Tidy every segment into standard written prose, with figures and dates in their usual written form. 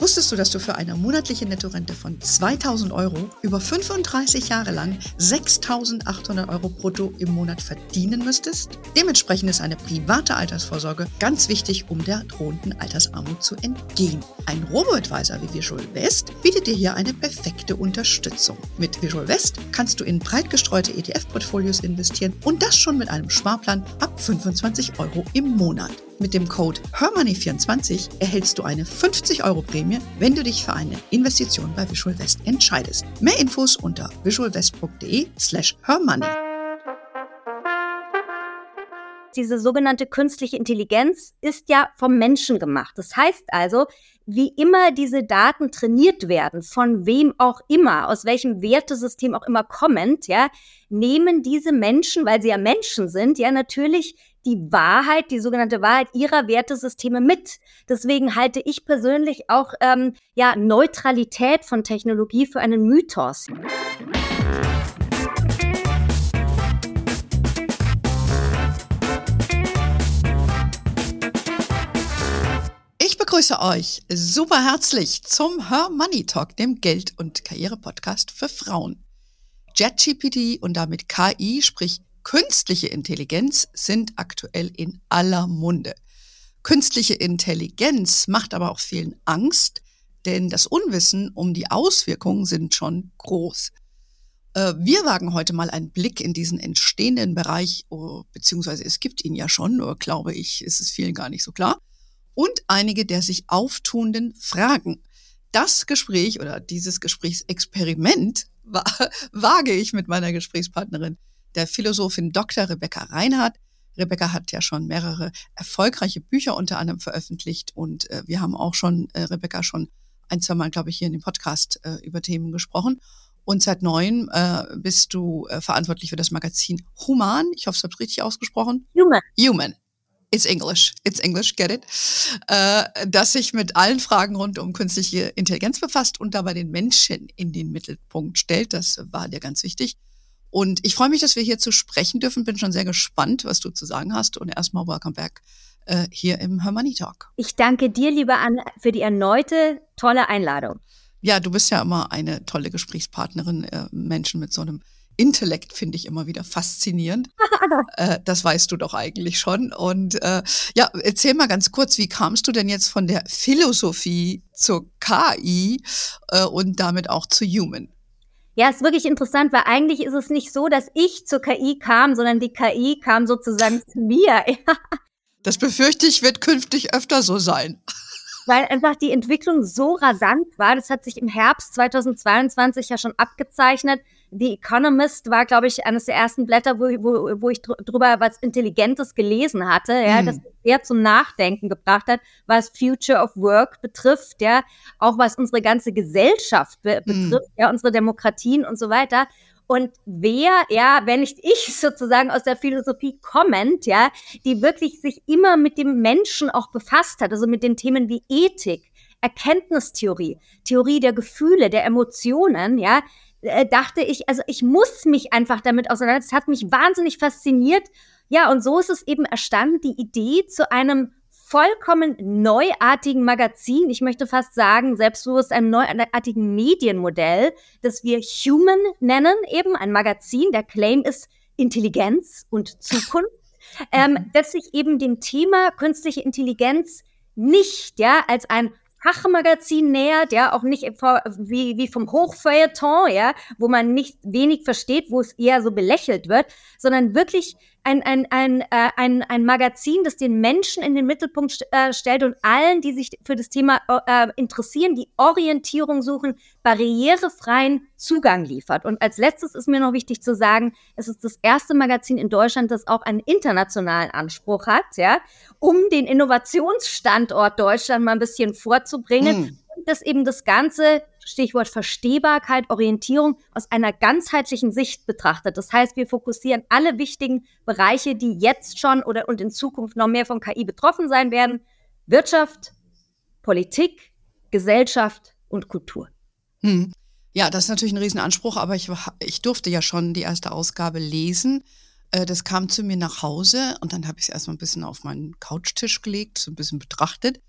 Wusstest du, dass du für eine monatliche Nettorente von 2.000 Euro über 35 Jahre lang 6.800 Euro brutto im Monat verdienen müsstest? Dementsprechend ist eine private Altersvorsorge ganz wichtig, um der drohenden Altersarmut zu entgehen. Ein Robo-Advisor wie Visual West bietet dir hier eine perfekte Unterstützung. Mit Visual West kannst du in breit gestreute ETF-Portfolios investieren und das schon mit einem Sparplan ab 25 Euro im Monat. Mit dem Code HERMONEY24 erhältst du eine 50 Euro Prämie, wenn du dich für eine Investition bei Visual West entscheidest. Mehr Infos unter visualwest.de/hermoney. Diese sogenannte künstliche Intelligenz ist ja vom Menschen gemacht. Das heißt also, wie immer diese Daten trainiert werden, von wem auch immer, aus welchem Wertesystem auch immer kommend, ja, nehmen diese Menschen, weil sie ja Menschen sind, ja natürlich die Wahrheit, die sogenannte Wahrheit ihrer Wertesysteme mit. Deswegen halte ich persönlich auch Neutralität von Technologie für einen Mythos. Ich begrüße euch super herzlich zum Her Money Talk, dem Geld- und Karriere-Podcast für Frauen. ChatGPT und damit KI, sprich künstliche Intelligenz, sind aktuell in aller Munde. Künstliche Intelligenz macht aber auch vielen Angst, denn das Unwissen um die Auswirkungen sind schon groß. Wir wagen heute mal einen Blick in diesen entstehenden Bereich, beziehungsweise es gibt ihn ja schon, nur glaube ich, ist es vielen gar nicht so klar, und einige der sich auftuenden Fragen. Das Gespräch oder dieses Gesprächsexperiment wage ich mit meiner Gesprächspartnerin, der Philosophin Dr. Rebecca Reinhardt. Rebecca hat ja schon mehrere erfolgreiche Bücher unter anderem veröffentlicht und wir haben auch schon, Rebecca, schon ein, zwei Mal, glaube ich, hier in dem Podcast über Themen gesprochen. Und seit neuem bist du verantwortlich für das Magazin Human. Ich hoffe, ich habe es richtig ausgesprochen. Human. It's English, get it? Das sich mit allen Fragen rund um künstliche Intelligenz befasst und dabei den Menschen in den Mittelpunkt stellt. Das war dir ganz wichtig. Und ich freue mich, dass wir hier zu sprechen dürfen. Bin schon sehr gespannt, was du zu sagen hast. Und erstmal welcome back hier im Her Money Talk. Ich danke dir, liebe Anne, für die erneute tolle Einladung. Ja, du bist ja immer eine tolle Gesprächspartnerin. Menschen mit so einem Intellekt finde ich immer wieder faszinierend. Das weißt du doch eigentlich schon. Und erzähl mal ganz kurz, wie kamst du denn jetzt von der Philosophie zur KI und damit auch zu Human? Ja, ist wirklich interessant, weil eigentlich ist es nicht so, dass ich zur KI kam, sondern die KI kam sozusagen zu mir. Das befürchte ich, wird künftig öfter so sein. Weil einfach die Entwicklung so rasant war. Das hat sich im Herbst 2022 ja schon abgezeichnet. The Economist war, glaube ich, eines der ersten Blätter, wo ich drüber was Intelligentes gelesen hatte, ja, das eher zum Nachdenken gebracht hat, was Future of Work betrifft, ja, auch was unsere ganze Gesellschaft betrifft, ja, unsere Demokratien und so weiter. Und wer, ja, wenn nicht ich sozusagen aus der Philosophie kommend, ja, die wirklich sich immer mit dem Menschen auch befasst hat, also mit den Themen wie Ethik, Erkenntnistheorie, Theorie der Gefühle, der Emotionen, ja, dachte ich, also ich muss mich einfach damit auseinandersetzen. Es hat mich wahnsinnig fasziniert. Ja, und so ist es eben entstanden, die Idee zu einem vollkommen neuartigen Magazin, ich möchte fast sagen, selbstbewusst einem neuartigen Medienmodell, das wir Human nennen, eben ein Magazin. Der Claim ist Intelligenz und Zukunft, das sich eben dem Thema künstliche Intelligenz nicht, ja, als ein Fachmagazin nähert, ja, auch nicht wie vom Hochfeuilleton, ja, wo man nicht wenig versteht, wo es eher so belächelt wird, sondern wirklich ein Magazin, das den Menschen in den Mittelpunkt stellt und allen, die sich für das Thema interessieren, die Orientierung suchen, barrierefreien Zugang liefert. Und als letztes ist mir noch wichtig zu sagen, es ist das erste Magazin in Deutschland, das auch einen internationalen Anspruch hat, ja, um den Innovationsstandort Deutschland mal ein bisschen vorzubringen. Und das eben das Ganze, Stichwort Verstehbarkeit, Orientierung, aus einer ganzheitlichen Sicht betrachtet. Das heißt, wir fokussieren alle wichtigen Bereiche, die jetzt schon und in Zukunft noch mehr von KI betroffen sein werden. Wirtschaft, Politik, Gesellschaft und Kultur. Ja, das ist natürlich ein Riesenanspruch, aber ich durfte ja schon die erste Ausgabe lesen. Das kam zu mir nach Hause und dann habe ich es erstmal ein bisschen auf meinen Couchtisch gelegt, so ein bisschen betrachtet.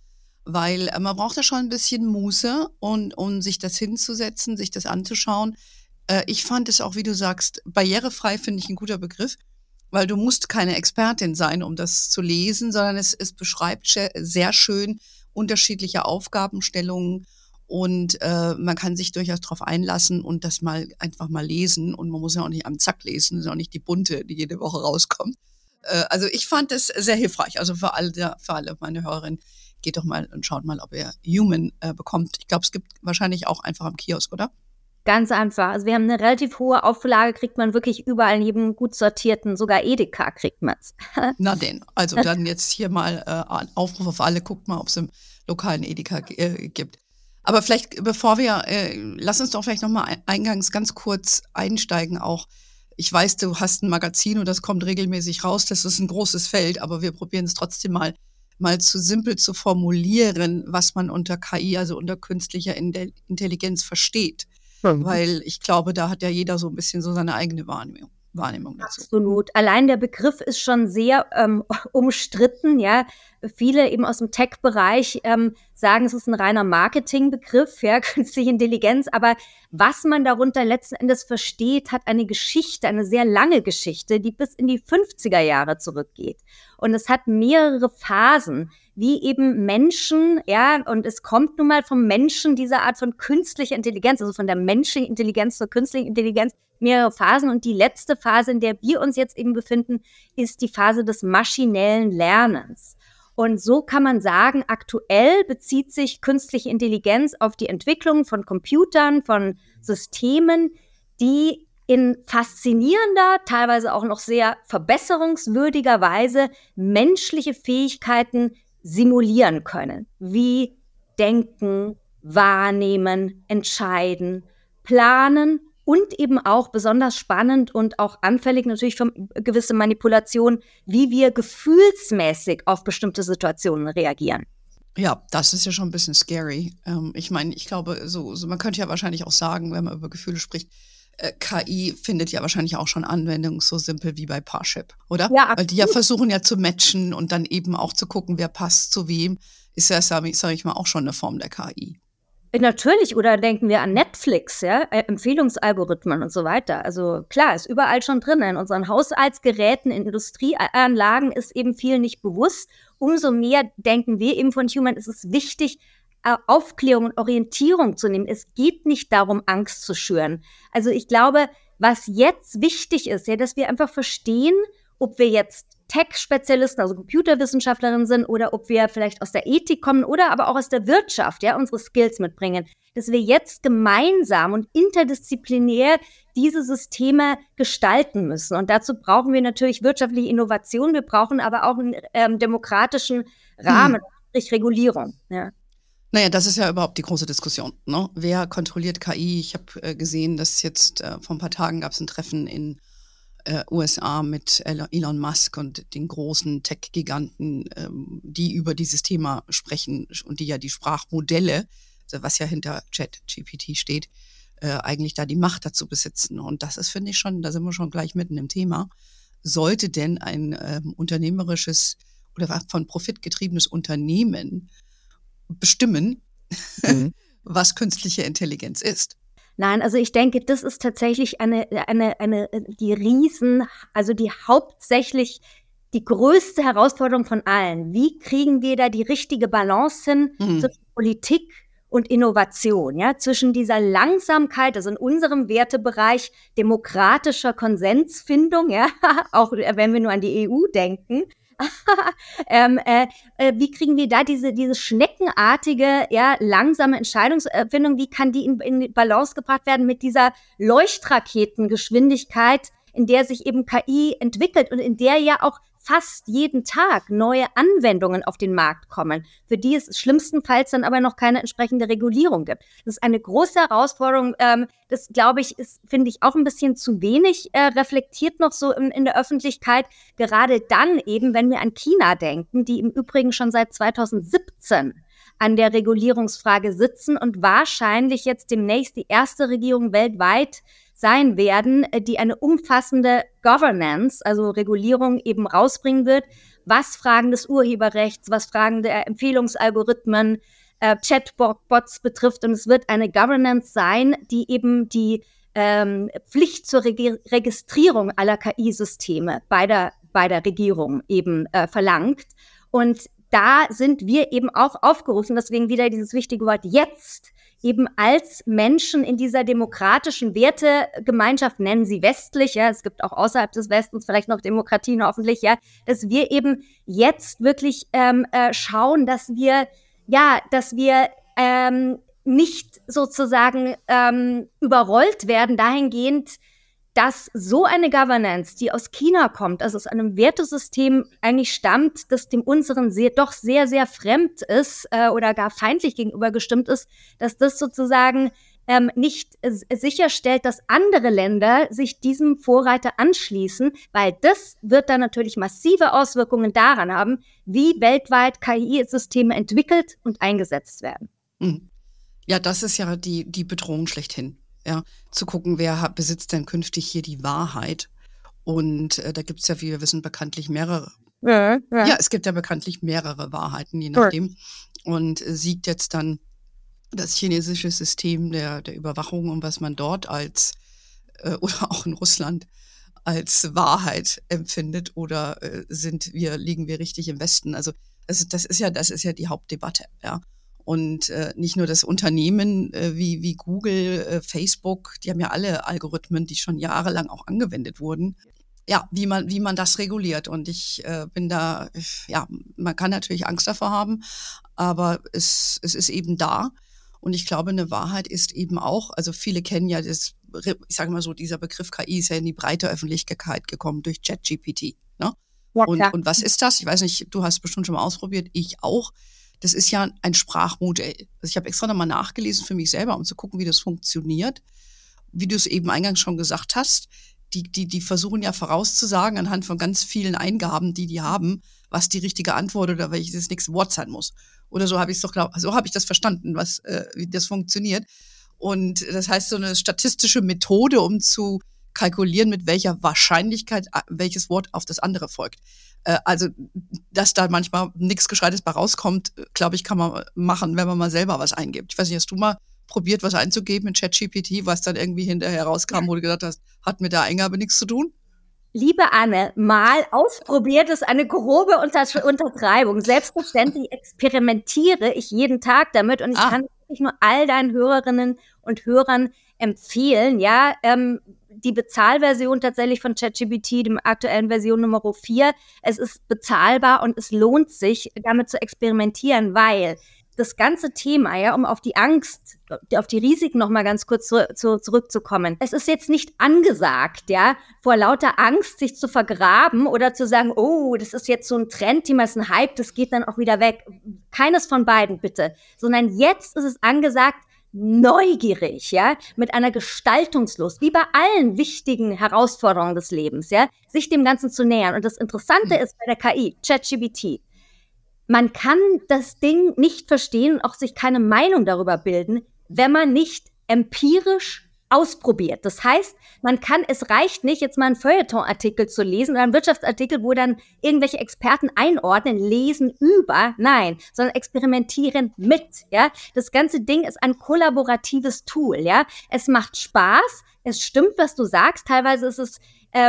weil man braucht ja schon ein bisschen Muße und um sich das hinzusetzen, sich das anzuschauen. Ich fand es auch, wie du sagst, barrierefrei finde ich ein guter Begriff, weil du musst keine Expertin sein, um das zu lesen, sondern es beschreibt sehr schön unterschiedliche Aufgabenstellungen und man kann sich durchaus darauf einlassen und das mal einfach mal lesen und man muss ja auch nicht am Zack lesen, das ist auch nicht die bunte, die jede Woche rauskommt. Also ich fand es sehr hilfreich, also für alle meine Hörerinnen. Geht doch mal und schaut mal, ob ihr Human bekommt. Ich glaube, es gibt wahrscheinlich auch einfach am Kiosk, oder? Ganz einfach. Also wir haben eine relativ hohe Auflage, kriegt man wirklich überall in jedem gut sortierten, sogar Edeka kriegt man's. Na denn, also dann jetzt hier mal Aufruf auf alle, guckt mal, ob es im lokalen Edeka gibt. Aber vielleicht, bevor wir, lass uns doch vielleicht nochmal eingangs ganz kurz einsteigen auch. Ich weiß, du hast ein Magazin und das kommt regelmäßig raus, das ist ein großes Feld, aber wir probieren es trotzdem mal zu simpel zu formulieren, was man unter KI, also unter künstlicher Intelligenz versteht. Weil ich glaube, da hat ja jeder so ein bisschen so seine eigene Wahrnehmung dazu. Absolut. Allein der Begriff ist schon sehr umstritten, ja. Viele eben aus dem Tech-Bereich sagen, es ist ein reiner Marketingbegriff, ja, künstliche Intelligenz. Aber was man darunter letzten Endes versteht, hat eine Geschichte, eine sehr lange Geschichte, die bis in die 50er Jahre zurückgeht. Und es hat mehrere Phasen, wie eben Menschen, ja, und es kommt nun mal vom Menschen diese Art von künstlicher Intelligenz, also von der menschlichen Intelligenz zur künstlichen Intelligenz, mehrere Phasen. Und die letzte Phase, in der wir uns jetzt eben befinden, ist die Phase des maschinellen Lernens. Und so kann man sagen, aktuell bezieht sich künstliche Intelligenz auf die Entwicklung von Computern, von Systemen, die in faszinierender, teilweise auch noch sehr verbesserungswürdiger Weise menschliche Fähigkeiten simulieren können, wie denken, wahrnehmen, entscheiden, planen und eben auch besonders spannend und auch anfällig natürlich für gewisse Manipulationen, wie wir gefühlsmäßig auf bestimmte Situationen reagieren. Ja, das ist ja schon ein bisschen scary. Ich meine, ich glaube, so man könnte ja wahrscheinlich auch sagen, wenn man über Gefühle spricht, KI findet ja wahrscheinlich auch schon Anwendung so simpel wie bei Parship, oder? Ja, weil die ja versuchen ja zu matchen und dann eben auch zu gucken, wer passt zu wem, ist ja, sag ich mal, auch schon eine Form der KI. Natürlich, oder denken wir an Netflix, ja, Empfehlungsalgorithmen und so weiter. Also klar, ist überall schon drin. In unseren Haushaltsgeräten, in Industrieanlagen ist eben viel nicht bewusst. Umso mehr denken wir eben von Human, ist es wichtig, Aufklärung und Orientierung zu nehmen. Es geht nicht darum, Angst zu schüren. Also ich glaube, was jetzt wichtig ist, ja, dass wir einfach verstehen, ob wir jetzt Tech-Spezialisten, also Computerwissenschaftlerinnen sind oder ob wir vielleicht aus der Ethik kommen oder aber auch aus der Wirtschaft, ja, unsere Skills mitbringen, dass wir jetzt gemeinsam und interdisziplinär diese Systeme gestalten müssen. Und dazu brauchen wir natürlich wirtschaftliche Innovation, wir brauchen aber auch einen demokratischen Rahmen, sprich Regulierung, ja. Naja, das ist ja überhaupt die große Diskussion, ne? Wer kontrolliert KI? Ich habe gesehen, dass jetzt vor ein paar Tagen gab es ein Treffen in USA mit Elon Musk und den großen Tech-Giganten, die über dieses Thema sprechen und die ja die Sprachmodelle, also was ja hinter ChatGPT steht, eigentlich da die Macht dazu besitzen. Und das ist, finde ich schon, da sind wir schon gleich mitten im Thema. Sollte denn ein unternehmerisches oder von Profit getriebenes Unternehmen bestimmen, was künstliche Intelligenz ist? Nein, also ich denke, das ist tatsächlich die hauptsächlich die größte Herausforderung von allen. Wie kriegen wir da die richtige Balance hin zwischen Politik und Innovation, ja, zwischen dieser Langsamkeit, also in unserem Wertebereich demokratischer Konsensfindung, ja, auch wenn wir nur an die EU denken, wie kriegen wir da diese schneckenartige, ja, langsame Entscheidungsfindung, wie kann die in Balance gebracht werden mit dieser Leuchtraketengeschwindigkeit, in der sich eben KI entwickelt und in der ja auch fast jeden Tag neue Anwendungen auf den Markt kommen, für die es schlimmstenfalls dann aber noch keine entsprechende Regulierung gibt. Das ist eine große Herausforderung. Das, glaube ich, finde ich, auch ein bisschen zu wenig reflektiert noch so in der Öffentlichkeit. Gerade dann eben, wenn wir an China denken, die im Übrigen schon seit 2017 an der Regulierungsfrage sitzen und wahrscheinlich jetzt demnächst die erste Regierung weltweit sein werden, die eine umfassende Governance, also Regulierung eben rausbringen wird, was Fragen des Urheberrechts, was Fragen der Empfehlungsalgorithmen, Chatbots betrifft. Und es wird eine Governance sein, die eben die Pflicht zur Registrierung aller KI-Systeme bei der Regierung eben verlangt. Und da sind wir eben auch aufgerufen, deswegen wieder dieses wichtige Wort jetzt, eben als Menschen in dieser demokratischen Wertegemeinschaft, nennen sie westlich, ja, es gibt auch außerhalb des Westens vielleicht noch Demokratien hoffentlich, ja, dass wir eben jetzt wirklich schauen, dass wir nicht sozusagen überrollt werden dahingehend, dass so eine Governance, die aus China kommt, also aus einem Wertesystem eigentlich stammt, das dem unseren doch sehr, sehr fremd ist oder gar feindlich gegenüber gestimmt ist, dass das sozusagen nicht sicherstellt, dass andere Länder sich diesem Vorreiter anschließen, weil das wird dann natürlich massive Auswirkungen daran haben, wie weltweit KI-Systeme entwickelt und eingesetzt werden. Ja, das ist ja die Bedrohung schlechthin. Ja, zu gucken, wer besitzt denn künftig hier die Wahrheit. Und da gibt es ja, wie wir wissen, bekanntlich mehrere. Ja, es gibt ja bekanntlich mehrere Wahrheiten, je nachdem. Und siegt jetzt dann das chinesische System der Überwachung und was man dort als, oder auch in Russland, als Wahrheit empfindet, oder liegen wir richtig im Westen? Also das ist ja die Hauptdebatte, ja. Und nicht nur das Unternehmen wie Google, Facebook, die haben ja alle Algorithmen, die schon jahrelang auch angewendet wurden. Ja, wie man das reguliert. Und ich bin da, ja, man kann natürlich Angst davor haben, aber es ist eben da. Und ich glaube, eine Wahrheit ist eben auch, also viele kennen ja ich sage mal so, dieser Begriff KI ist ja in die breite Öffentlichkeit gekommen durch ChatGPT. Ne? Ja, und was ist das? Ich weiß nicht, du hast es bestimmt schon mal ausprobiert, ich auch. Das ist ja ein Sprachmodell. Also ich habe extra nochmal nachgelesen für mich selber, um zu gucken, wie das funktioniert. Wie du es eben eingangs schon gesagt hast, die versuchen ja vorauszusagen anhand von ganz vielen Eingaben, die haben, was die richtige Antwort oder welches das nächste Wort sein muss. Oder so habe ich das verstanden, wie das funktioniert. Und das heißt, so eine statistische Methode, um zu kalkulieren, mit welcher Wahrscheinlichkeit welches Wort auf das andere folgt. Also, dass da manchmal nichts Gescheites bei rauskommt, glaube ich, kann man machen, wenn man mal selber was eingibt. Ich weiß nicht, hast du mal probiert, was einzugeben in ChatGPT, was dann irgendwie hinterher rauskam, wo du gesagt hast, hat mit der Eingabe nichts zu tun? Liebe Anne, mal ausprobiert ist eine grobe Untertreibung. Selbstverständlich experimentiere ich jeden Tag damit und ich kann wirklich nur all deinen Hörerinnen und Hörern empfehlen, ja, die Bezahlversion tatsächlich von ChatGPT, dem aktuellen Version Nummer 4, es ist bezahlbar und es lohnt sich, damit zu experimentieren, weil das ganze Thema, ja, um auf die Angst, auf die Risiken noch mal ganz kurz zurückzukommen. Es ist jetzt nicht angesagt, ja, vor lauter Angst sich zu vergraben oder zu sagen, oh, das ist jetzt so ein Trendthema, das ist ein Hype, das geht dann auch wieder weg. Keines von beiden, bitte. Sondern jetzt ist es angesagt, neugierig, ja, mit einer Gestaltungslust, wie bei allen wichtigen Herausforderungen des Lebens, ja, sich dem Ganzen zu nähern. Und das Interessante ist bei der KI, ChatGPT, man kann das Ding nicht verstehen und auch sich keine Meinung darüber bilden, wenn man nicht empirisch ausprobiert. Das heißt, es reicht nicht, jetzt mal einen Feuilleton-Artikel zu lesen oder einen Wirtschaftsartikel, wo dann irgendwelche Experten einordnen, lesen über, nein, sondern experimentieren mit, ja. Das ganze Ding ist ein kollaboratives Tool, ja. Es macht Spaß, es stimmt, was du sagst, teilweise ist es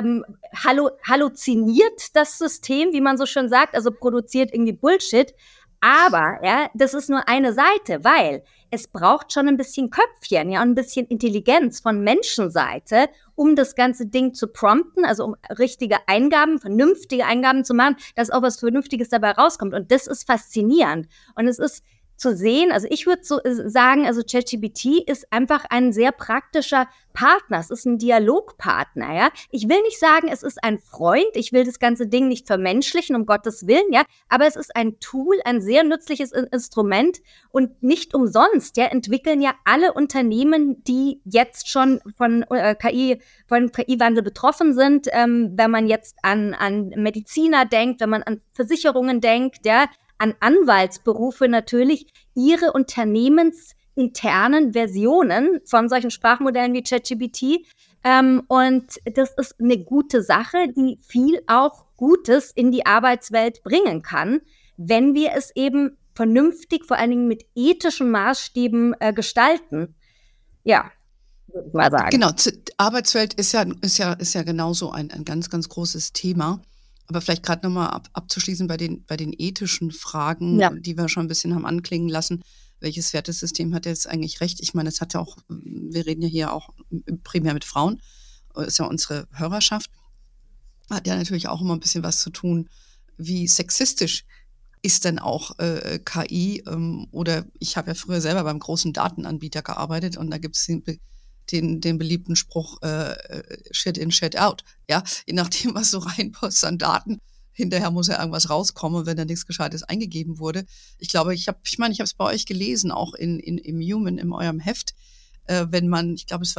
halluziniert das System, wie man so schön sagt, also produziert irgendwie Bullshit. Aber ja, das ist nur eine Seite, weil es braucht schon ein bisschen Köpfchen, ja, und ein bisschen Intelligenz von Menschenseite, um das ganze Ding zu prompten, also um richtige Eingaben, vernünftige Eingaben zu machen, dass auch was Vernünftiges dabei rauskommt. Und das ist faszinierend. Und es ist zu sehen, also ich würde so sagen, also ChatGPT ist einfach ein sehr praktischer Partner, es ist ein Dialogpartner, ja. Ich will nicht sagen, es ist ein Freund, ich will das ganze Ding nicht vermenschlichen, um Gottes Willen, ja, aber es ist ein Tool, ein sehr nützliches Instrument und nicht umsonst, ja, entwickeln ja alle Unternehmen, die jetzt schon von KI-Wandel betroffen sind, wenn man jetzt an Mediziner denkt, wenn man an Versicherungen denkt, ja, an Anwaltsberufe natürlich ihre Unternehmens internen Versionen von solchen Sprachmodellen wie ChatGPT. Und das ist eine gute Sache, die viel auch Gutes in die Arbeitswelt bringen kann, wenn wir es eben vernünftig, vor allen Dingen mit ethischen Maßstäben gestalten. Ja, würde ich mal sagen. Genau, Arbeitswelt ist ja genauso ein ganz, ganz großes Thema. Aber vielleicht gerade nochmal abzuschließen bei den ethischen Fragen, Ja. die wir schon ein bisschen haben anklingen lassen. Welches Wertesystem hat jetzt eigentlich recht? Ich meine, es hat ja auch, wir reden ja hier auch primär mit Frauen, ist ja unsere Hörerschaft, hat ja natürlich auch immer ein bisschen was zu tun, wie sexistisch ist denn auch KI? Oder ich habe ja früher selber beim großen Datenanbieter gearbeitet und da gibt es den beliebten Spruch Shit in, Shit out. Ja, je nachdem, was du reinpostest an Daten, hinterher muss ja irgendwas rauskommen, wenn da nichts Gescheites eingegeben wurde. Ich glaube, ich habe es bei euch gelesen, auch im Human, in eurem Heft, wenn man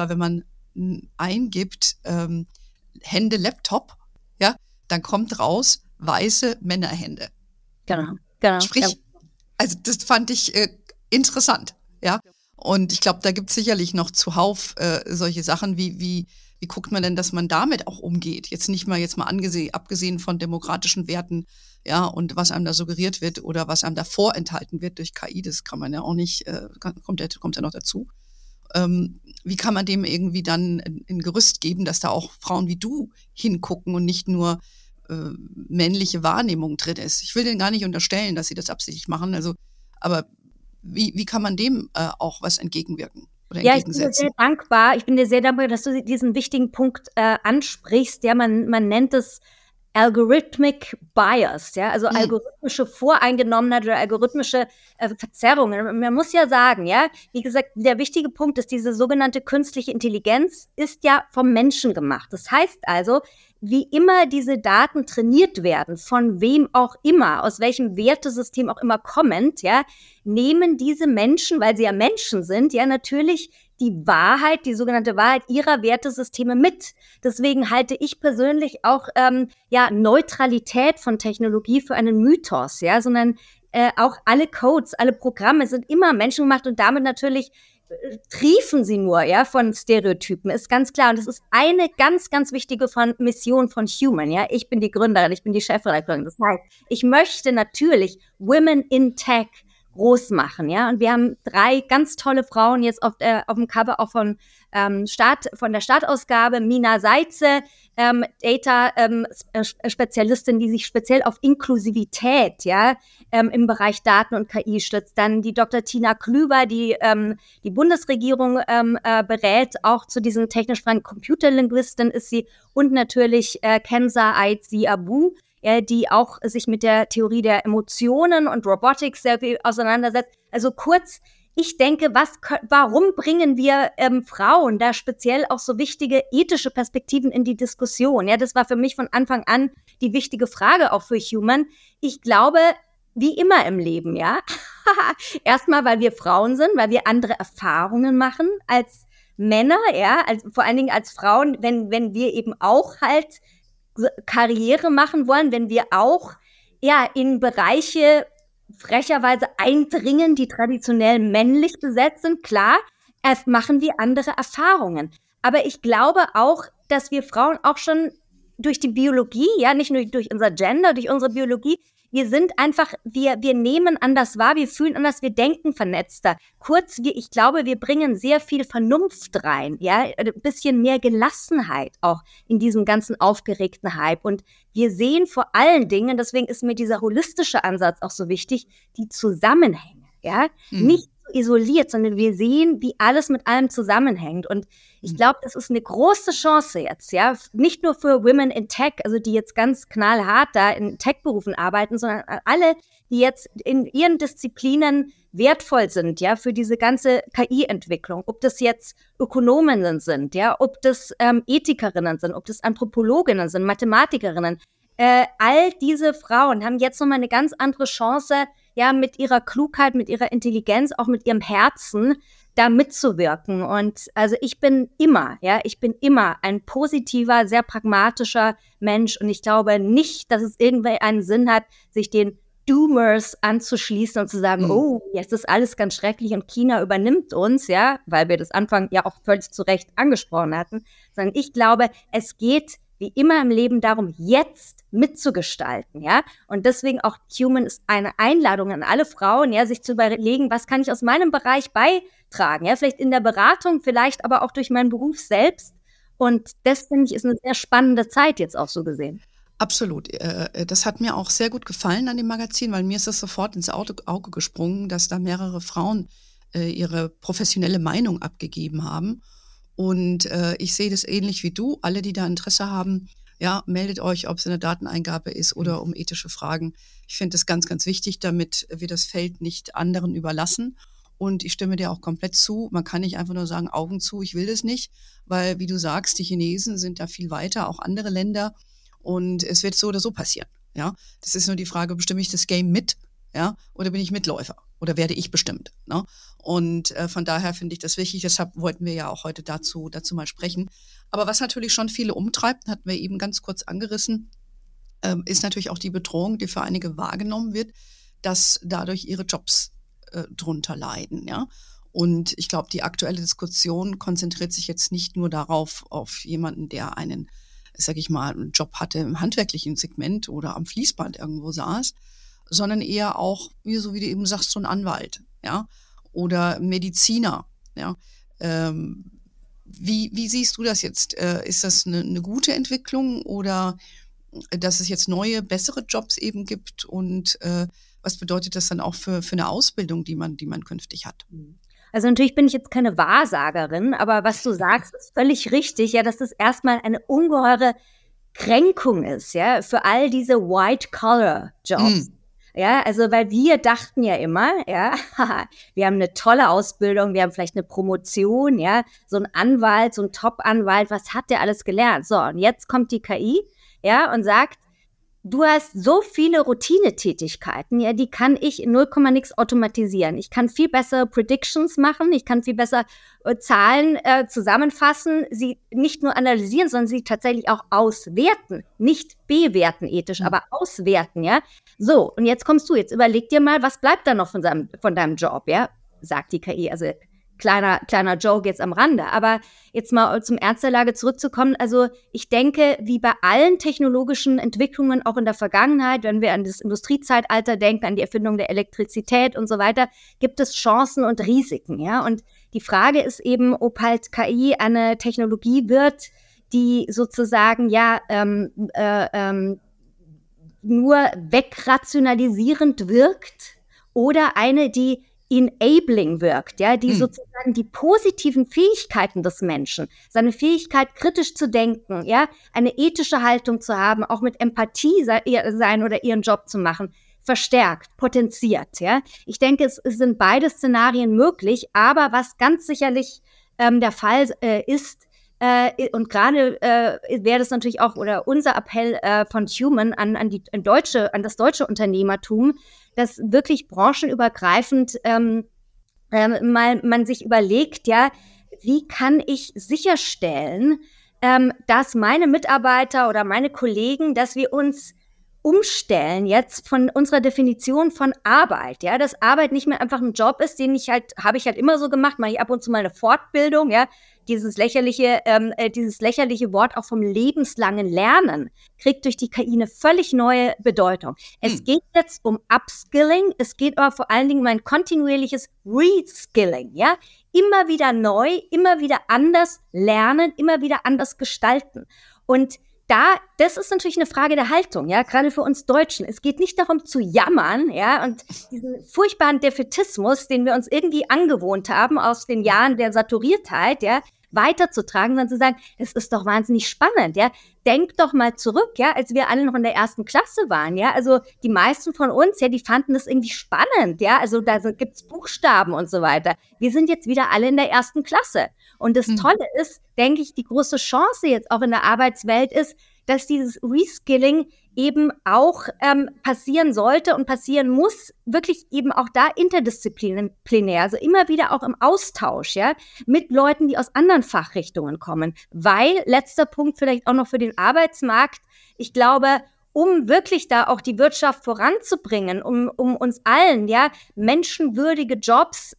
eingibt Hände Laptop, ja, dann kommt raus weiße Männerhände. Genau. Sprich, also das fand ich interessant, ja. Und ich glaube, da gibt es sicherlich noch zuhauf solche Sachen, wie guckt man denn, dass man damit auch umgeht? Jetzt mal abgesehen von demokratischen Werten, ja, und was einem da suggeriert wird oder was einem da vorenthalten wird durch KI, das kann man ja auch nicht, kommt ja noch dazu. Wie kann man dem irgendwie dann ein Gerüst geben, dass da auch Frauen wie du hingucken und nicht nur männliche Wahrnehmung drin ist? Ich will denen gar nicht unterstellen, dass sie das absichtlich machen, aber wie kann man dem auch was entgegenwirken oder entgegensetzen? Ich bin dir sehr dankbar, dass du diesen wichtigen Punkt ansprichst. Ja, man nennt es Algorithmic Bias, ja, also algorithmische Voreingenommenheit oder algorithmische Verzerrungen. Man muss ja sagen, ja, wie gesagt, der wichtige Punkt ist, diese sogenannte künstliche Intelligenz ist ja vom Menschen gemacht. Das heißt also, wie immer diese Daten trainiert werden, von wem auch immer, aus welchem Wertesystem auch immer kommend, ja, nehmen diese Menschen, weil sie ja Menschen sind, ja natürlich die Wahrheit, die sogenannte Wahrheit ihrer Wertesysteme mit. Deswegen halte ich persönlich auch Neutralität von Technologie für einen Mythos, ja, sondern auch alle Codes, alle Programme sind immer menschengemacht und damit natürlich triefen sie nur, ja, von Stereotypen, ist ganz klar. Und das ist eine ganz, ganz wichtige Mission von Human, ja. Ich bin die Gründerin, ich bin die Chefredakteurin. Das heißt, ich möchte natürlich Women in Tech groß machen, ja. Und wir haben 3 ganz tolle Frauen jetzt auf dem Cover auch von der Startausgabe, Mina Seitze, Data-Spezialistin, die sich speziell auf Inklusivität, ja, im Bereich Daten und KI stützt. Dann die Dr. Tina Klüver, die die Bundesregierung berät, auch zu diesen technisch freien Computerlinguistin ist sie. Und natürlich Kenza Aidzi Abu, die auch sich mit der Theorie der Emotionen und Robotics sehr viel auseinandersetzt. Also kurz, ich denke, warum bringen wir Frauen da speziell auch so wichtige ethische Perspektiven in die Diskussion? Ja, das war für mich von Anfang an die wichtige Frage auch für Human. Ich glaube, wie immer im Leben, ja, erstmal, weil wir Frauen sind, weil wir andere Erfahrungen machen als Männer, ja, vor allen Dingen als Frauen, wenn wir eben auch halt Karriere machen wollen, wenn wir auch in Bereiche frecherweise eindringen, die traditionell männlich besetzt sind, klar, machen wir andere Erfahrungen. Aber ich glaube auch, dass wir Frauen auch schon durch die Biologie, ja, nicht nur durch unser Gender, durch unsere Biologie, wir sind einfach, wir nehmen anders wahr, wir fühlen anders, wir denken vernetzter. Kurz, ich glaube, wir bringen sehr viel Vernunft rein, ja, ein bisschen mehr Gelassenheit auch in diesem ganzen aufgeregten Hype. Und wir sehen vor allen Dingen, deswegen ist mir dieser holistische Ansatz auch so wichtig, die Zusammenhänge, ja, nicht isoliert, sondern wir sehen, wie alles mit allem zusammenhängt. Und ich glaube, das ist eine große Chance jetzt, ja, nicht nur für Women in Tech, also die jetzt ganz knallhart da in Tech-Berufen arbeiten, sondern alle, die jetzt in ihren Disziplinen wertvoll sind, ja, für diese ganze KI-Entwicklung. Ob das jetzt Ökonominnen sind, ja, ob das Ethikerinnen sind, ob das Anthropologinnen sind, Mathematikerinnen. All diese Frauen haben jetzt nochmal eine ganz andere Chance, ja, mit ihrer Klugheit, mit ihrer Intelligenz, auch mit ihrem Herzen da mitzuwirken. Und also ich bin immer ein positiver, sehr pragmatischer Mensch und ich glaube nicht, dass es irgendwie einen Sinn hat, sich den Doomers anzuschließen und zu sagen, oh, jetzt ist alles ganz schrecklich und China übernimmt uns, ja, weil wir das Anfang ja auch völlig zu Recht angesprochen hatten, sondern ich glaube, es geht wie immer im Leben darum, jetzt mitzugestalten, ja. Und deswegen auch Human ist eine Einladung an alle Frauen, ja, sich zu überlegen, was kann ich aus meinem Bereich beitragen, ja, vielleicht in der Beratung, vielleicht aber auch durch meinen Beruf selbst. Und das, finde ich, ist eine sehr spannende Zeit jetzt auch so gesehen. Absolut. Das hat mir auch sehr gut gefallen an dem Magazin, weil mir ist das sofort ins Auge gesprungen, dass da mehrere Frauen ihre professionelle Meinung abgegeben haben. Und ich sehe das ähnlich wie du. Alle, die da Interesse haben, ja, meldet euch, ob es eine Dateneingabe ist oder um ethische Fragen. Ich finde das ganz, ganz wichtig, damit wir das Feld nicht anderen überlassen. Und ich stimme dir auch komplett zu. Man kann nicht einfach nur sagen, Augen zu, ich will das nicht. Weil, wie du sagst, die Chinesen sind da viel weiter, auch andere Länder. Und es wird so oder so passieren. Ja, das ist nur die Frage, bestimme ich das Game mit? Ja, oder bin ich Mitläufer? Oder werde ich bestimmt? Ne? Und von daher finde ich das wichtig. Deshalb wollten wir ja auch heute dazu mal sprechen. Aber was natürlich schon viele umtreibt, hatten wir eben ganz kurz angerissen, ist natürlich auch die Bedrohung, die für einige wahrgenommen wird, dass dadurch ihre Jobs drunter leiden. Ja. Und ich glaube, die aktuelle Diskussion konzentriert sich jetzt nicht nur darauf, auf jemanden, der einen, sag ich mal, einen Job hatte im handwerklichen Segment oder am Fließband irgendwo saß, sondern eher auch, so wie du eben sagst, so ein Anwalt, ja, oder Mediziner, ja. Wie siehst du das jetzt? Ist das eine gute Entwicklung oder dass es jetzt neue, bessere Jobs eben gibt und was bedeutet das dann auch für eine Ausbildung, die man künftig hat? Also natürlich bin ich jetzt keine Wahrsagerin, aber was du sagst, ist völlig richtig, ja, dass das erstmal eine ungeheure Kränkung ist, ja, für all diese White-Collar-Jobs. Ja, also weil wir dachten ja immer, ja, wir haben eine tolle Ausbildung, wir haben vielleicht eine Promotion, ja, so ein Anwalt, so ein Top-Anwalt, was hat der alles gelernt? So, und jetzt kommt die KI, ja, und sagt, du hast so viele Routinetätigkeiten, ja, die kann ich in 0, nix automatisieren. Ich kann viel besser Predictions machen, ich kann viel besser Zahlen zusammenfassen, sie nicht nur analysieren, sondern sie tatsächlich auch auswerten. Nicht bewerten ethisch, aber auswerten, ja. So, und jetzt kommst du, jetzt überleg dir mal, was bleibt da noch von deinem Job, ja, sagt die KI. Also kleiner Joke jetzt am Rande. Aber jetzt mal zum Ernst der Lage zurückzukommen. Also ich denke, wie bei allen technologischen Entwicklungen, auch in der Vergangenheit, wenn wir an das Industriezeitalter denken, an die Erfindung der Elektrizität und so weiter, gibt es Chancen und Risiken. Ja? Und die Frage ist eben, ob halt KI eine Technologie wird, die sozusagen nur wegrationalisierend wirkt oder eine, die enabling wirkt, ja, die sozusagen die positiven Fähigkeiten des Menschen, seine Fähigkeit kritisch zu denken, ja, eine ethische Haltung zu haben, auch mit Empathie sein oder ihren Job zu machen, verstärkt, potenziert, ja. Ich denke, es sind beide Szenarien möglich, aber was ganz sicherlich der Fall ist, und gerade wäre das natürlich auch, oder unser Appell von Human an das deutsche Unternehmertum, dass wirklich branchenübergreifend mal man sich überlegt, ja, wie kann ich sicherstellen, dass meine Mitarbeiter oder meine Kollegen, dass wir uns umstellen jetzt von unserer Definition von Arbeit, ja, dass Arbeit nicht mehr einfach ein Job ist, habe ich halt immer so gemacht, mache ich ab und zu mal eine Fortbildung, ja, dieses lächerliche Wort auch vom lebenslangen Lernen kriegt durch die KI eine völlig neue Bedeutung. Es geht jetzt um Upskilling, es geht aber vor allen Dingen um ein kontinuierliches Reskilling, ja, immer wieder neu, immer wieder anders lernen, immer wieder anders gestalten. Und das ist natürlich eine Frage der Haltung, ja, gerade für uns Deutschen. Es geht nicht darum zu jammern, ja, und diesen furchtbaren Defätismus, den wir uns irgendwie angewohnt haben aus den Jahren der Saturiertheit, ja, weiterzutragen, sondern zu sagen, es ist doch wahnsinnig spannend, ja. Denk doch mal zurück, ja, als wir alle noch in der 1. Klasse waren, ja, also die meisten von uns, ja, die fanden das irgendwie spannend, ja, also da gibt's Buchstaben und so weiter. Wir sind jetzt wieder alle in der 1. Klasse. Und das Tolle ist, denke ich, die große Chance jetzt auch in der Arbeitswelt ist, dass dieses Reskilling eben auch passieren sollte und passieren muss, wirklich eben auch da interdisziplinär, also immer wieder auch im Austausch, ja, mit Leuten, die aus anderen Fachrichtungen kommen. Weil, letzter Punkt vielleicht auch noch für den Arbeitsmarkt, ich glaube, um wirklich da auch die Wirtschaft voranzubringen, um uns allen menschenwürdige Jobs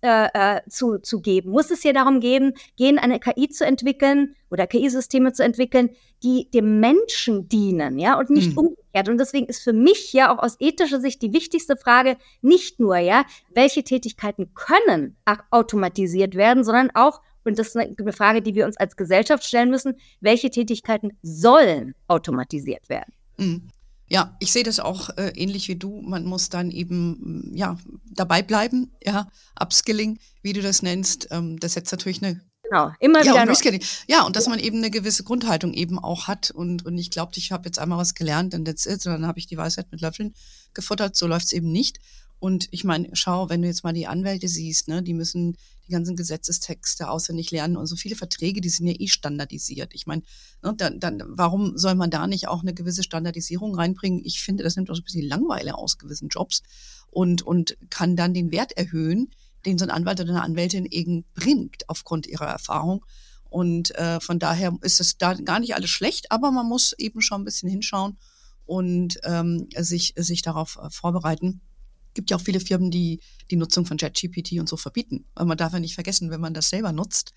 zu geben, muss es ja darum gehen, eine KI zu entwickeln oder KI-Systeme zu entwickeln, die dem Menschen dienen, und nicht umgekehrt. Und deswegen ist für mich auch aus ethischer Sicht die wichtigste Frage nicht nur, welche Tätigkeiten können automatisiert werden, sondern auch, und das ist eine Frage, die wir uns als Gesellschaft stellen müssen, welche Tätigkeiten sollen automatisiert werden? Ja, ich sehe das auch ähnlich wie du. Man muss dann eben dabei bleiben, Upskilling, wie du das nennst. Das setzt natürlich eine immer wieder Reskilling. Ja, und dass man eben eine gewisse Grundhaltung eben auch hat und nicht glaubt, ich habe jetzt einmal was gelernt und that's it, sondern dann habe ich die Weisheit mit Löffeln gefuttert. So läuft es eben nicht. Und ich meine, schau, wenn du jetzt mal die Anwälte siehst, ne, die müssen die ganzen Gesetzestexte auswendig lernen und so viele Verträge, die sind ja standardisiert. Ich meine, ne, dann warum soll man da nicht auch eine gewisse Standardisierung reinbringen? Ich finde, das nimmt auch so ein bisschen Langeweile aus gewissen Jobs und kann dann den Wert erhöhen, den so ein Anwalt oder eine Anwältin eben bringt aufgrund ihrer Erfahrung. Und von daher ist es da gar nicht alles schlecht, aber man muss eben schon ein bisschen hinschauen und sich darauf vorbereiten. Gibt ja auch viele Firmen, die die Nutzung von ChatGPT und so verbieten. Weil man darf ja nicht vergessen, wenn man das selber nutzt,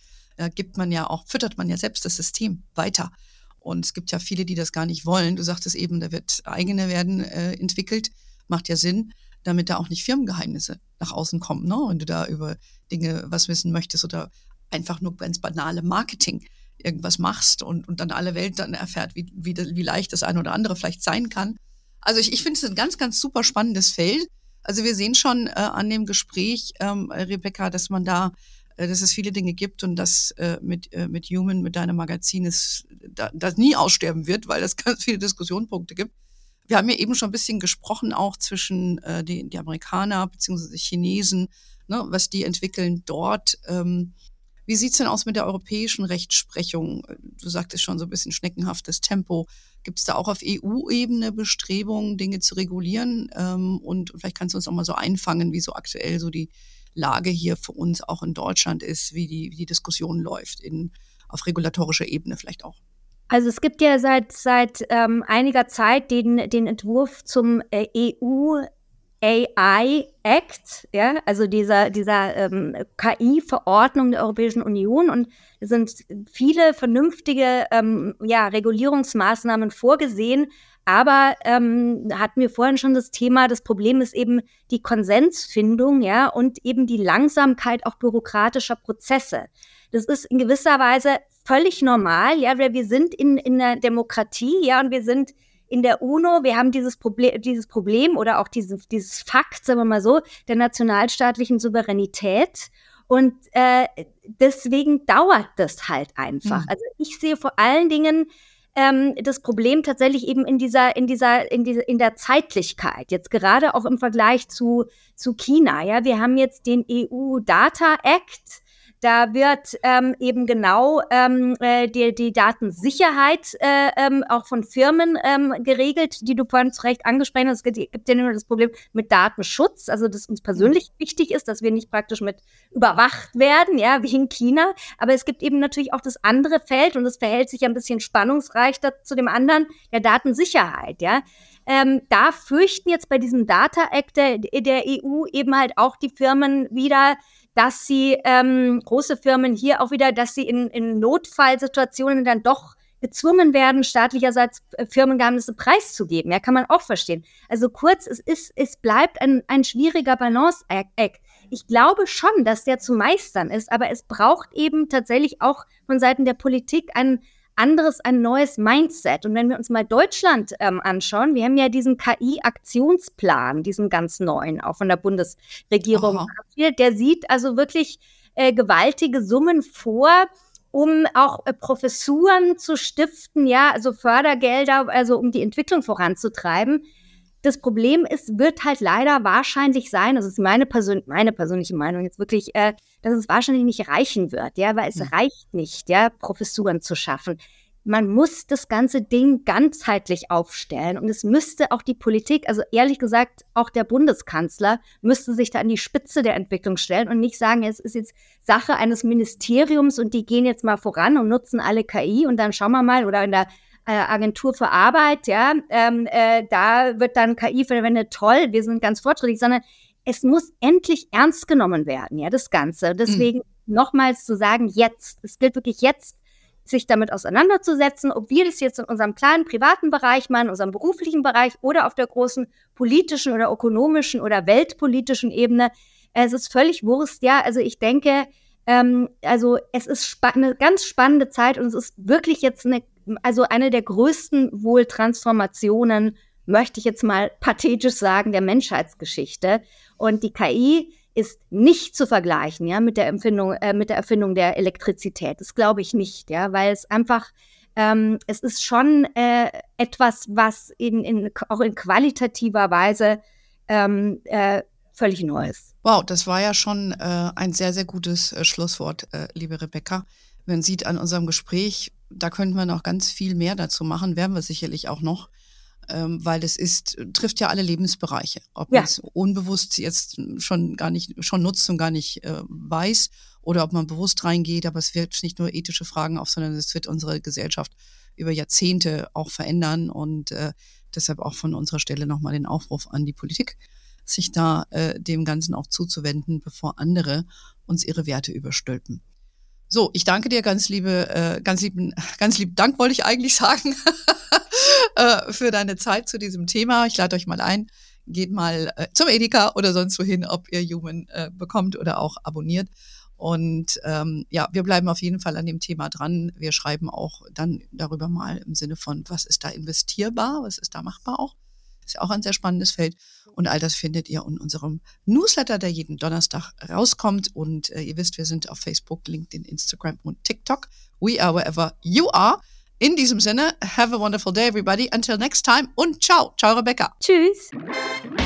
füttert man ja selbst das System weiter. Und es gibt ja viele, die das gar nicht wollen. Du sagtest eben, da wird eigene werden entwickelt. Macht ja Sinn, damit da auch nicht Firmengeheimnisse nach außen kommen, ne? Wenn du da über Dinge was wissen möchtest oder einfach nur ganz banale Marketing irgendwas machst und dann alle Welt dann erfährt, wie leicht das eine oder andere vielleicht sein kann. Also ich finde es ein ganz, ganz super spannendes Feld. Also wir sehen schon an dem Gespräch, Rebecca, dass es viele Dinge gibt und dass mit Human, mit deinem Magazin, das nie aussterben wird, weil es ganz viele Diskussionspunkte gibt. Wir haben ja eben schon ein bisschen gesprochen, auch zwischen die Amerikaner bzw. Chinesen, ne, was die entwickeln dort. Wie sieht's denn aus mit der europäischen Rechtsprechung? Du sagtest schon so ein bisschen schneckenhaftes Tempo. Gibt es da auch auf EU-Ebene Bestrebungen, Dinge zu regulieren? Und vielleicht kannst du uns auch mal so einfangen, wie so aktuell so die Lage hier für uns auch in Deutschland ist, wie die Diskussion läuft auf regulatorischer Ebene vielleicht auch. Also es gibt ja seit einiger Zeit den Entwurf zum EU AI Act, also dieser KI-Verordnung der Europäischen Union, und es sind viele vernünftige Regulierungsmaßnahmen vorgesehen, aber hatten wir vorhin schon das Problem ist eben die Konsensfindung, und eben die Langsamkeit auch bürokratischer Prozesse. Das ist in gewisser Weise völlig normal, weil wir sind in der Demokratie, und wir sind in der UNO, wir haben dieses Problem oder auch dieses Fakt, sagen wir mal so, der nationalstaatlichen Souveränität. Und deswegen dauert das halt einfach. Also ich sehe vor allen Dingen das Problem tatsächlich eben in der Zeitlichkeit. Jetzt gerade auch im Vergleich zu China. Wir haben jetzt den EU Data Act. Da wird eben genau die Datensicherheit auch von Firmen geregelt, die du vorhin zu Recht angesprochen hast. Es gibt ja nur das Problem mit Datenschutz, also dass uns persönlich wichtig ist, dass wir nicht praktisch mit überwacht werden, wie in China. Aber es gibt eben natürlich auch das andere Feld, und das verhält sich ja ein bisschen spannungsreicher zu dem anderen, der Datensicherheit, Da fürchten jetzt bei diesem Data Act der EU eben halt auch die Firmen wieder, dass sie, große Firmen hier auch wieder, dass sie in Notfallsituationen dann doch gezwungen werden, staatlicherseits Firmengeheimnisse preiszugeben. Kann man auch verstehen. Also kurz, es bleibt ein schwieriger Balanceakt. Ich glaube schon, dass der zu meistern ist, aber es braucht eben tatsächlich auch von Seiten der Politik ein neues Mindset. Und wenn wir uns mal Deutschland anschauen, wir haben ja diesen KI-Aktionsplan, diesen ganz neuen, auch von der Bundesregierung. Der sieht also wirklich gewaltige Summen vor, um auch Professuren zu stiften, also Fördergelder, also um die Entwicklung voranzutreiben. Das Problem wird halt leider wahrscheinlich sein, das ist meine persönliche Meinung jetzt wirklich, dass es wahrscheinlich nicht reichen wird, weil es reicht nicht, Professuren zu schaffen. Man muss das ganze Ding ganzheitlich aufstellen, und es müsste auch die Politik, also ehrlich gesagt auch der Bundeskanzler, müsste sich da an die Spitze der Entwicklung stellen und nicht sagen, es ist jetzt Sache eines Ministeriums und die gehen jetzt mal voran und nutzen alle KI und dann schauen wir mal, oder in der Agentur für Arbeit, ja, da wird dann KI verwendet, toll, wir sind ganz fortschrittlich, sondern es muss endlich ernst genommen werden, ja, das Ganze. Deswegen nochmals zu sagen, jetzt, es gilt wirklich jetzt, sich damit auseinanderzusetzen, ob wir das jetzt in unserem kleinen privaten Bereich machen, in unserem beruflichen Bereich oder auf der großen politischen oder ökonomischen oder weltpolitischen Ebene. Es ist völlig Wurst, ja. Also ich denke, es ist eine ganz spannende Zeit und es ist wirklich jetzt eine der größten wohl Transformationen, möchte ich jetzt mal pathetisch sagen, der Menschheitsgeschichte. Und die KI ist nicht zu vergleichen, ja, mit der Erfindung der Elektrizität. Das glaube ich nicht, ja, weil es einfach, es ist schon etwas, was auch in qualitativer Weise völlig neu ist. Wow, das war ja schon ein sehr, sehr gutes Schlusswort, liebe Rebecca. Man sieht an unserem Gespräch, da könnten wir noch ganz viel mehr dazu machen, werden wir sicherlich auch noch, weil das trifft ja alle Lebensbereiche. Ob man es unbewusst jetzt schon nutzt und gar nicht weiß oder ob man bewusst reingeht, aber es wird nicht nur ethische Fragen auf, sondern es wird unsere Gesellschaft über Jahrzehnte auch verändern und deshalb auch von unserer Stelle nochmal den Aufruf an die Politik, sich da dem Ganzen auch zuzuwenden, bevor andere uns ihre Werte überstülpen. So, ich danke dir ganz lieben Dank, wollte ich eigentlich sagen, für deine Zeit zu diesem Thema. Ich lade euch mal ein, geht mal zum Edeka oder sonst wohin, ob ihr Human bekommt oder auch abonniert. Und wir bleiben auf jeden Fall an dem Thema dran. Wir schreiben auch dann darüber mal im Sinne von, was ist da investierbar, was ist da machbar auch. Ist ja auch ein sehr spannendes Feld. Und all das findet ihr in unserem Newsletter, der jeden Donnerstag rauskommt. Und ihr wisst, wir sind auf Facebook, LinkedIn, Instagram und TikTok. We are wherever you are. In diesem Sinne, have a wonderful day, everybody. Until next time und ciao. Ciao, Rebecca. Tschüss.